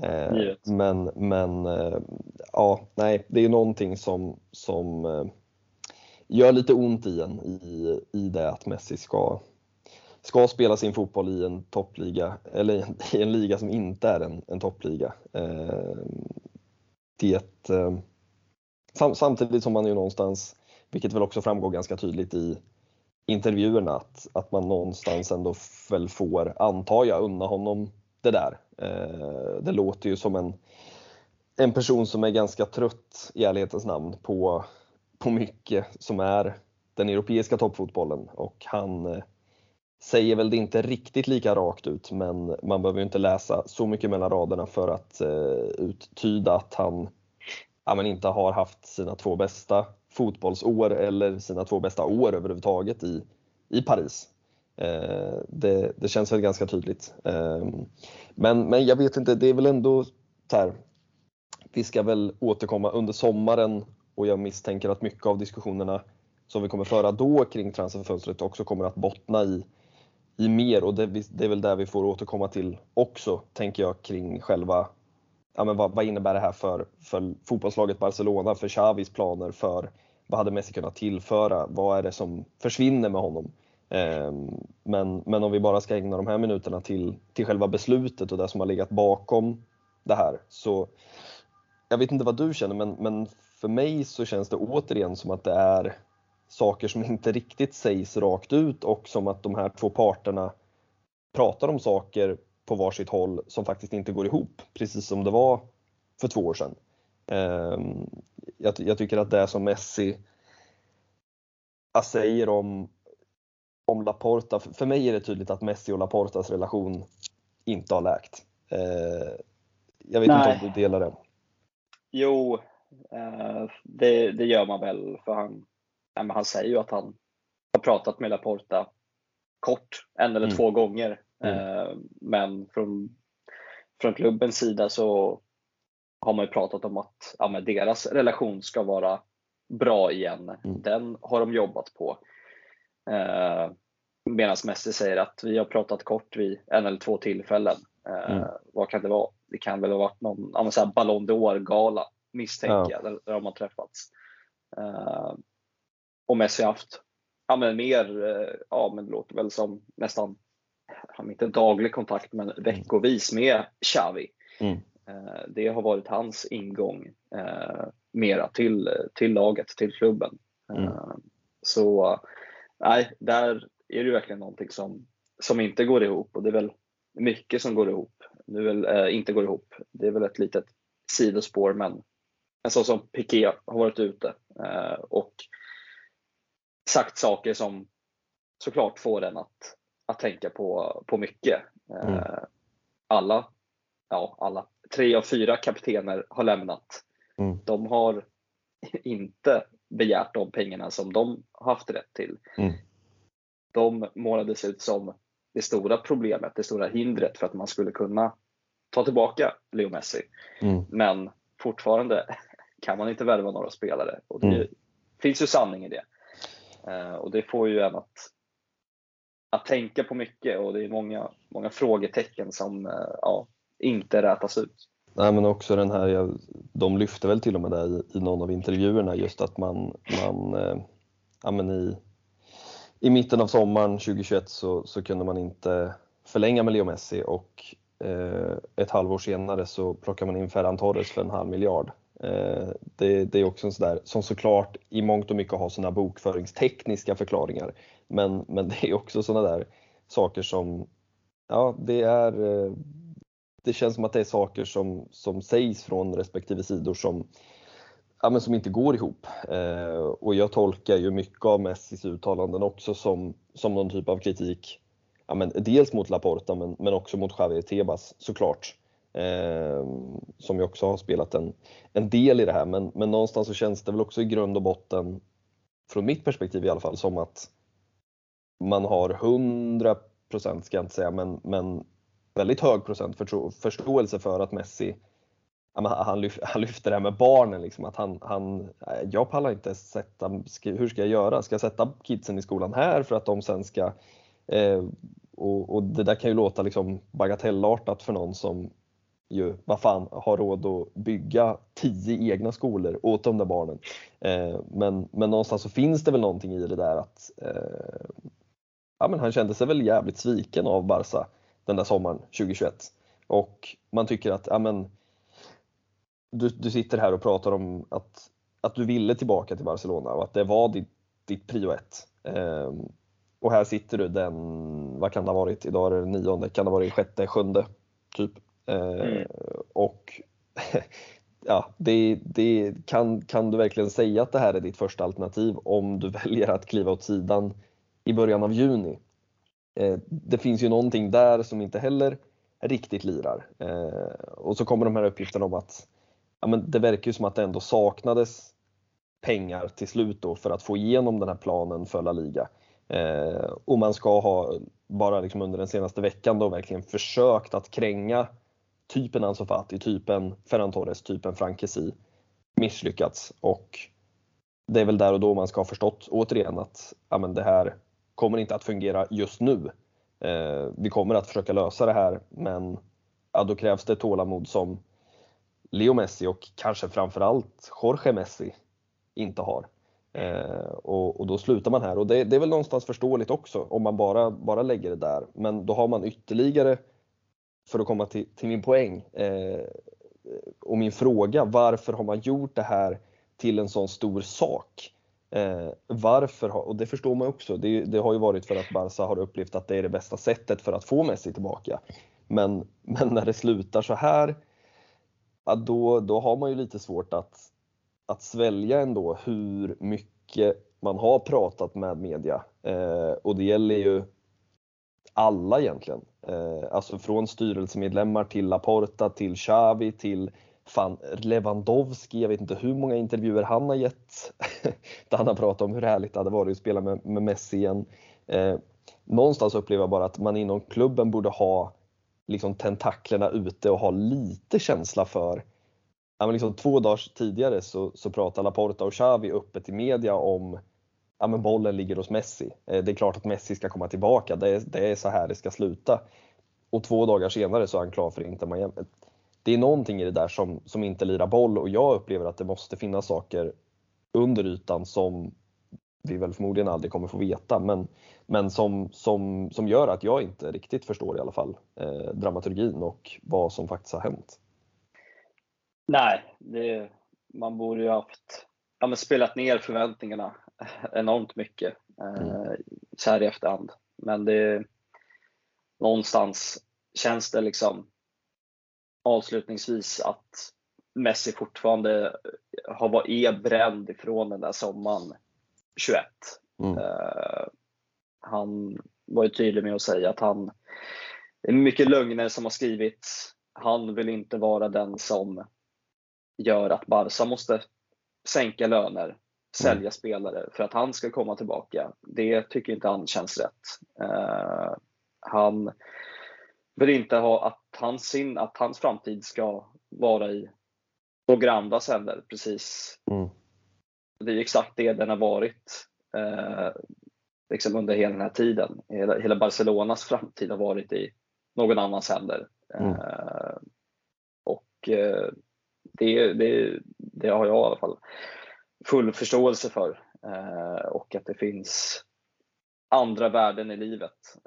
Men det är någonting som gör lite ont i det att Messi ska spela sin fotboll i en toppliga, eller i en liga som inte är en toppliga. samtidigt som man ju någonstans, vilket väl också framgår ganska tydligt i intervjuerna, att man någonstans ändå väl får, antar jag, unna honom det där. Det låter ju som en person som är ganska trött i ärlighetens namn på mycket som är den europeiska toppfotbollen, och han säger väl det inte riktigt lika rakt ut, men man behöver ju inte läsa så mycket mellan raderna för att uttyda att han inte har haft sina 2 bästa fotbollsår eller sina 2 bästa år överhuvudtaget i Paris. Det känns väl ganska tydligt. Men jag vet inte, det är väl ändå så här, vi ska väl återkomma under sommaren, och jag misstänker att mycket av diskussionerna som vi kommer föra då kring transferfönstret också kommer att bottna i mer, och det är väl där vi får återkomma till också, tänker jag, kring själva, vad innebär det här för fotbollslaget Barcelona, för Xavis planer, för vad hade Messi kunnat tillföra, vad är det som försvinner med honom. Men om vi bara ska ägna de här minuterna till själva beslutet och det som har legat bakom det här, så jag vet inte vad du känner, men för mig så känns det återigen som att det är saker som inte riktigt sägs rakt ut, och som att de här 2 parterna pratar om saker på varsitt håll som faktiskt inte går ihop, precis som det var för 2 år sedan. Jag tycker att det som Messi säger om Laporta, för mig är det tydligt att Messi och Laportas relation inte har läkt. Jag vet inte om du delar det. Jo, det gör man väl, för han säger ju att han har pratat med Laporta kort, 1 eller 2 gånger. Men från klubbens sida så har man ju pratat om att deras relation ska vara bra igen. Den har de jobbat på. Medan Messi säger att vi har pratat kort vid 1 eller 2 tillfällen. Vad kan det vara? Det kan väl ha varit någon Ballon d'Or-gala, misstänker jag, där de har träffats. Och Messi har haft men det låter väl som nästan, inte daglig kontakt, men veckovis med Xavi. Det har varit hans ingång mera till laget, till klubben. Så nej, där är det verkligen någonting som inte går ihop, och det är väl mycket som går ihop. Det är väl inte går ihop. Det är väl ett litet sidospår, men så som Piqué har varit ute och sagt saker som såklart får den att tänka på mycket. Alla 3 av 4 kaptener har lämnat. De har inte begärt de pengarna som de har haft rätt till. De målades ut som det stora problemet, det stora hindret för att man skulle kunna ta tillbaka Leo Messi. Men fortfarande kan man inte värva några spelare, och det finns ju sanning i det. Och det får ju en att tänka på mycket, och det är många frågetecken som inte rätas ut. Nej, men också den här, de lyfter väl till och med där i någon av intervjuerna, just att man i mitten av sommaren 2021 så kunde man inte förlänga med Leo Messi, och ett halvår senare så plockar man in Ferran Torres för 500 miljoner. Det är också en sådär, som såklart i mångt och mycket har sina bokföringstekniska förklaringar, men det är också sådana där saker som det känns som att det är saker som sägs från respektive sidor som inte går ihop. Och jag tolkar ju mycket av Messis uttalanden också som någon typ av kritik, dels mot Laporta men också mot Javier Tebas, såklart. Som ju också har spelat en del i det här, men någonstans så känns det väl också i grund och botten, från mitt perspektiv i alla fall, som att man har 100%, ska jag inte säga, men väldigt hög procent förståelse för att Messi, han lyfter det här med barnen, liksom, att jag pallar inte hur ska jag göra? Ska jag sätta kidsen i skolan här för att de sen ska och det där kan ju låta liksom bagatellartat för någon som ju, vad fan, har råd att bygga 10 egna skolor åt de där barnen. Men någonstans så finns det väl någonting i det där att men han kände sig väl jävligt sviken av Barca den där sommaren 2021. Och man tycker att du sitter här och pratar om att du ville tillbaka till Barcelona och att det var ditt prio 1. Och här sitter du vad kan det ha varit? Idag är det 9, kan det ha varit 6, 7 typ. Och ja, kan du verkligen säga att det här är ditt första alternativ om du väljer att kliva åt sidan i början av juni? Det finns ju någonting där som inte heller riktigt lirar. Och så kommer de här uppgifterna om att men det verkar ju som att det ändå saknades pengar till slut då för att få igenom den här planen för La Liga. Och man ska ha bara liksom under den senaste veckan då verkligen försökt att kränga typen Ansu Fati, typen Ferran Torres, typen Franck Kessie, misslyckats. Och det är väl där och då man ska ha förstått återigen att det här kommer inte att fungera just nu. Vi kommer att försöka lösa det här, men då krävs det tålamod som Leo Messi och kanske framförallt Jorge Messi inte har. Och då slutar man här, och det är väl någonstans förståeligt också om man bara lägger det där. Men då har man ytterligare, för att komma till min poäng och min fråga, varför har man gjort det här till en sån stor sak? Varför och det förstår man också, det har ju varit för att Barca har upplevt att det är det bästa sättet för att få Messi tillbaka. Men när det slutar så här, då har man ju lite svårt att svälja ändå hur mycket man har pratat med media. Och det gäller ju alla egentligen. Alltså från styrelsemedlemmar till Laporta, till Xavi, till Lewandowski. Jag vet inte hur många intervjuer han har gett där han har pratat om hur härligt det hade varit att spela med Messi igen. Någonstans upplever jag bara att man inom klubben borde ha liksom tentaklerna ute och ha lite känsla för. Liksom 2 dagar tidigare så pratade Laporta och Xavi öppet i media om men bollen ligger hos Messi. Det är klart att Messi ska komma tillbaka. Det är så här det ska sluta. Och 2 dagar senare så är han klar för Inter Miami. Det är någonting i det där som inte lirar boll, och jag upplever att det måste finnas saker under ytan som vi väl förmodligen aldrig kommer få veta, men som gör att jag inte riktigt förstår i alla fall dramaturgin och vad som faktiskt har hänt. Nej, man borde ju haft spelat ner förväntningarna enormt mycket så här i efterhand. Men någonstans känns det liksom avslutningsvis att Messi fortfarande är bränd ifrån den där sommaren 21. Han var ju tydlig med att säga att det är mycket lögner som har skrivits. Han vill inte vara den som gör att Barca måste sänka löner, sälja spelare för att han ska komma tillbaka. Det tycker inte han känns rätt. Han vill inte ha att hans framtid ska vara i några andras händer. Precis. Det är exakt det den har varit liksom under hela den här tiden. Hela Barcelonas framtid har varit i någon annans händer. Och det har jag i alla fall full förståelse för. Och att det finns andra värden i livet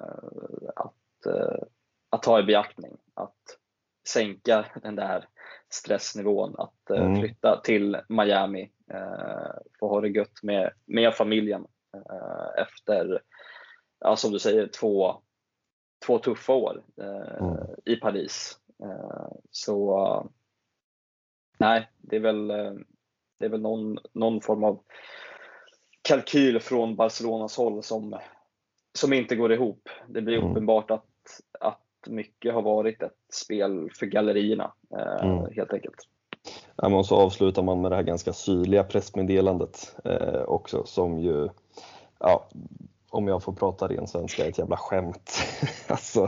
att ta i beaktning. Att sänka den där stressnivån, att flytta till Miami, få ha det gött med familjen efter, som du säger, två tuffa år i Paris. Så nej, det är väl någon form av kalkyl från Barcelonas håll som inte går ihop. Det blir uppenbart att mycket har varit ett spel för gallerierna, helt enkelt. Ja, men så avslutar man med det här ganska syrliga pressmeddelandet också, som ju, om jag får prata ren svenska, är ett jävla skämt. Alltså,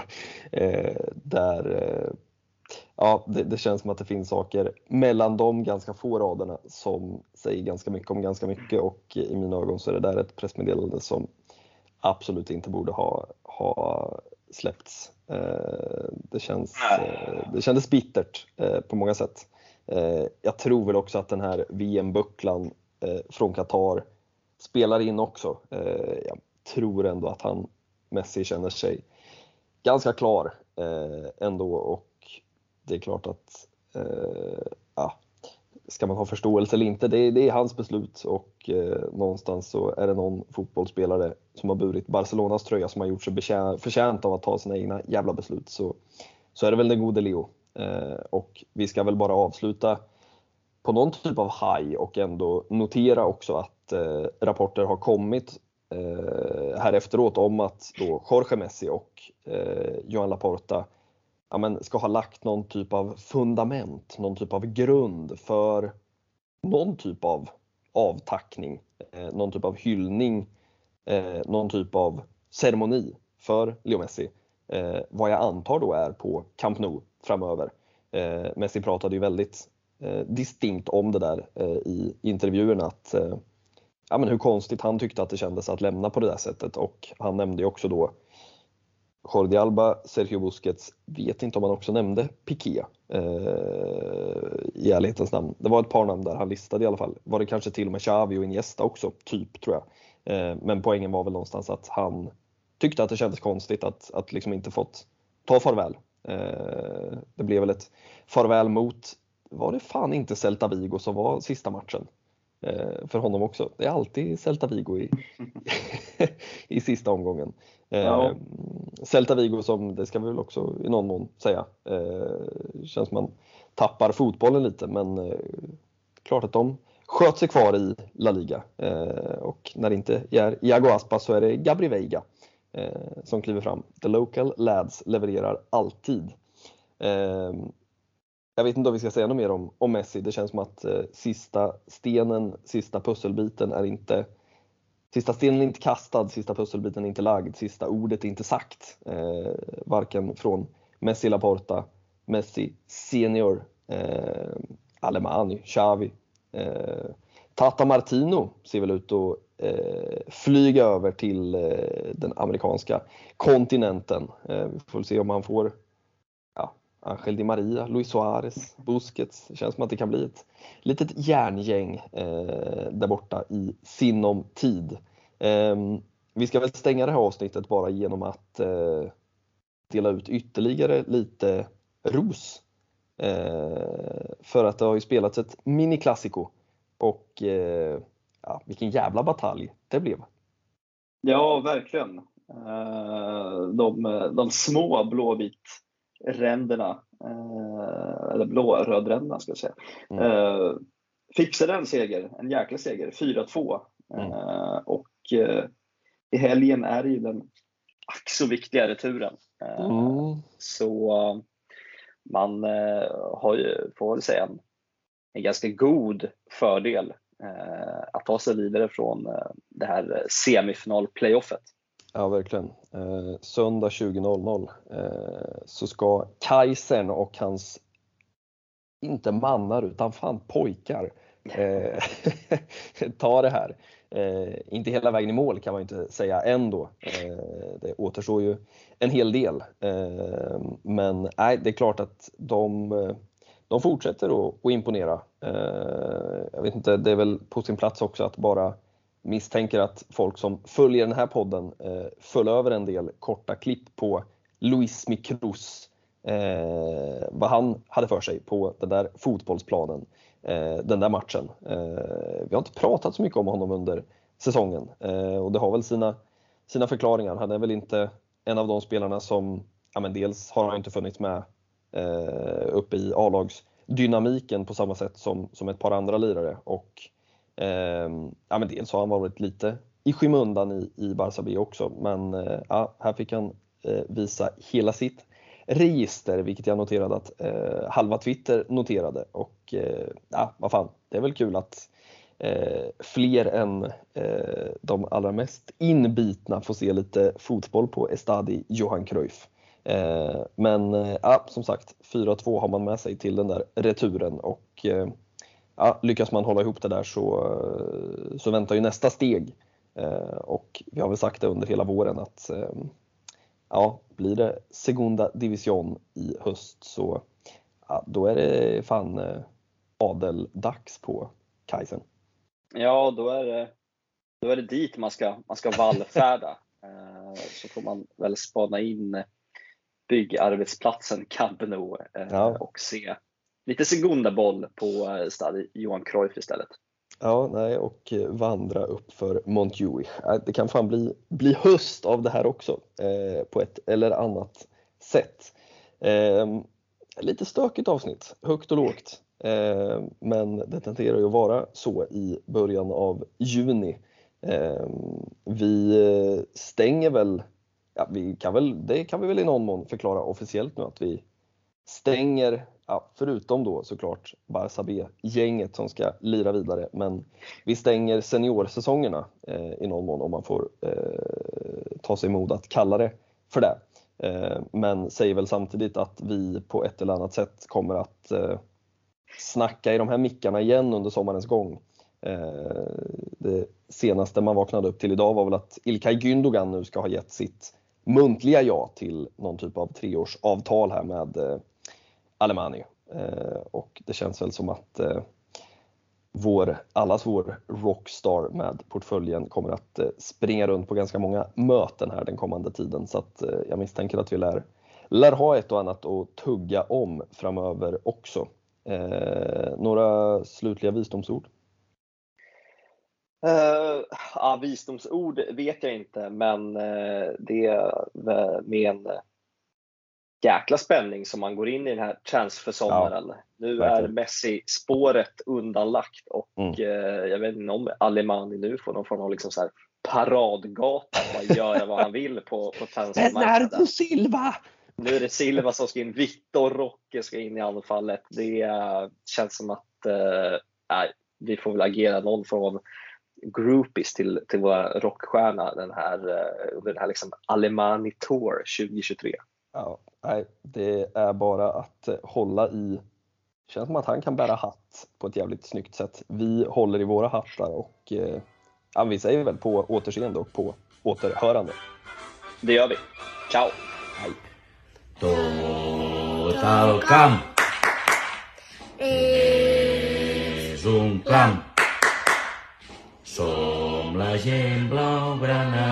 det känns som att det finns saker mellan de ganska få raderna som säger ganska mycket om ganska mycket, och i mina ögon så är det där ett pressmeddelande som absolut inte borde ha släppts. Det kändes bittert på många sätt. Jag tror väl också att den här VM-bucklan från Qatar spelar in också. Jag tror ändå att Messi känner sig ganska klar ändå, och det är klart att ja, ska man ha förståelse eller inte, det är hans beslut, och någonstans så är det någon fotbollsspelare som har burit Barcelonas tröja som har gjort sig förtjänt av att ta sina egna jävla beslut, så är det väl den gode Leo. Och vi ska väl bara avsluta på någon typ av high och ändå notera också att rapporter har kommit här efteråt om att då Jorge Messi och Joan Laporta ska ha lagt någon typ av fundament, någon typ av grund för någon typ av avtackning, någon typ av hyllning, någon typ av ceremoni för Leo Messi. Vad jag antar då är på Camp Nou framöver. Messi pratade ju väldigt distinkt om det där i intervjuerna, att hur konstigt han tyckte att det kändes att lämna på det där sättet, och han nämnde ju också då Jordi Alba, Sergio Busquets, vet inte om han också nämnde Piqué i ärlighetens namn. Det var ett par namn där han listade i alla fall. Var det kanske till och med Xavi och Iniesta också, typ, tror jag. Men poängen var väl någonstans att han tyckte att det kändes konstigt att liksom inte fått ta farväl. Det blev väl ett farväl mot, var det fan inte Celta Vigo som var sista matchen för honom också. Det är alltid Celta Vigo i sista omgången. Ja. Celta Vigo, som det ska vi väl också i någon mån säga, känns som man tappar fotbollen lite, men klart att de sköt sig kvar i La Liga, och när det inte är Iago Aspas så är det Gabri Veiga som kliver fram. The local lads levererar alltid. Jag vet inte om vi ska säga något mer om Messi. Det känns som att sista pusselbiten är inte kastad, sista pusselbiten är inte lagd, sista ordet är inte sagt. Varken från Messi Laporta, Messi Senior, Alemany, Xavi. Tata Martino ser väl ut att flyga över till den amerikanska kontinenten. Vi får se om han får Angel Di Maria, Luis Suarez, Busquets. Det känns som att det kan bli ett litet järngäng där borta i sinom tid. Vi ska väl stänga det här avsnittet bara genom att dela ut ytterligare lite ros. För att det har ju spelats ett mini-klassiko, och vilken jävla batalj det blev. Ja, verkligen. De små blåvitränderna, eller blå-rödränderna ska jag säga, fixade en jäkla seger, 4-2. Och i helgen är det ju den ack så viktiga returen. Så man har ju, får väl säga, en ganska god fördel att ta sig vidare från det här semifinal-playoffet. Ja, verkligen. Söndag 20.00 så ska Kajsern och hans, inte mannar utan fan pojkar, ta det här. Inte hela vägen i mål kan man inte säga ändå. Det återstår ju en hel del. Men det är klart att de fortsätter att imponera. Jag vet inte, det är väl på sin plats också att bara misstänker att folk som följer den här podden föll över en del korta klipp på Luis Micruz, vad han hade för sig på den där fotbollsplanen, den där matchen. Vi har inte pratat så mycket om honom under säsongen, och det har väl sina förklaringar. Han är väl inte en av de spelarna som, dels har han inte funnits med uppe i A-lagsdynamiken på samma sätt som ett par andra lirare, och dels har han varit lite i skymundan i Barça B också, men här fick han visa hela sitt register, vilket jag noterade att halva Twitter noterade, och vad fan, det är väl kul att fler än de allra mest inbitna får se lite fotboll på Estadi Johan Cruyff. Men som sagt, 4-2 har man med sig till den där returen, och lyckas man hålla ihop det där så väntar ju nästa steg, och vi har väl sagt det under hela våren att blir det Segunda Division i höst, så då är det fan adeldags på Kajsen. Ja, då är det dit man ska vallfärda. Så får man väl spana in byggarbetsplatsen Camp Nou och se lite segundaboll på stad Johan Cruyff istället. Ja, nej, och vandra upp för Montjuic. Det kan fan bli höst av det här också på ett eller annat sätt. Lite stökigt avsnitt, högt och lågt. Men det tenterar ju att vara så i början av juni. Vi stänger väl, ja, det kan vi väl i någon mån förklara officiellt nu att vi stänger, ja, förutom då såklart Barça B-gänget som ska lira vidare, men vi stänger seniorsäsongerna i någon mån, om man får ta sig mod att kalla det för det. Men säger väl samtidigt att vi på ett eller annat sätt kommer att snacka i de här mickarna igen under sommarens gång. Det senaste man vaknade upp till idag var väl att İlkay Gündogan nu ska ha gett sitt muntliga ja till någon typ av 3-årsavtal här med Alemany. Och det känns väl som att allas vår rockstar med portföljen kommer att springa runt på ganska många möten här den kommande tiden. Så att jag misstänker att vi lär ha ett och annat att tugga om framöver också. Några slutliga visdomsord? Visdomsord vet jag inte, men det är med en jäkla spänning som man går in i den här transfersommaren. Ja, nu verkligen. Är Messi-spåret undanlagt och jag vet inte om Alemany nu får någon form av liksom så här paradgata och göra vad han vill på transfermarknaden. Bernardo Silva! Nu är det Silva som ska in, Vitor Roque ska in i anfallet. Det känns som att vi får väl agera någon form av groupies till våra rockstjärna under den här liksom Alemany Tour 2023. Ja, nej, det är bara att hålla i. Det känns som att han kan bära hatt på ett jävligt snyggt sätt. Vi håller i våra hattar och vi säger väl på återseende och på återhörande. Det gör vi. Ciao. Hej. Total camp és un clam. Som la gent blaugrana,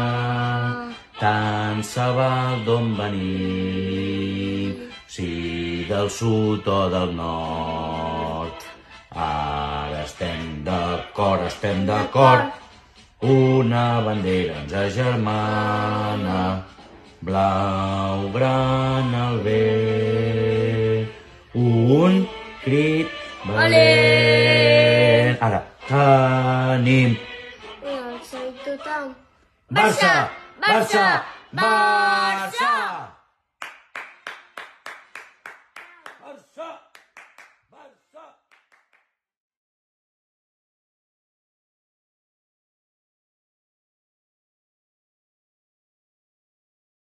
tant se val d'on venim, si del sud o del nord. Ara estem d'acord, una bandera ens agermana, blaugrana al vent, un crit valent. Ara tenim Barça! Barça! Barça! Barça! Barça!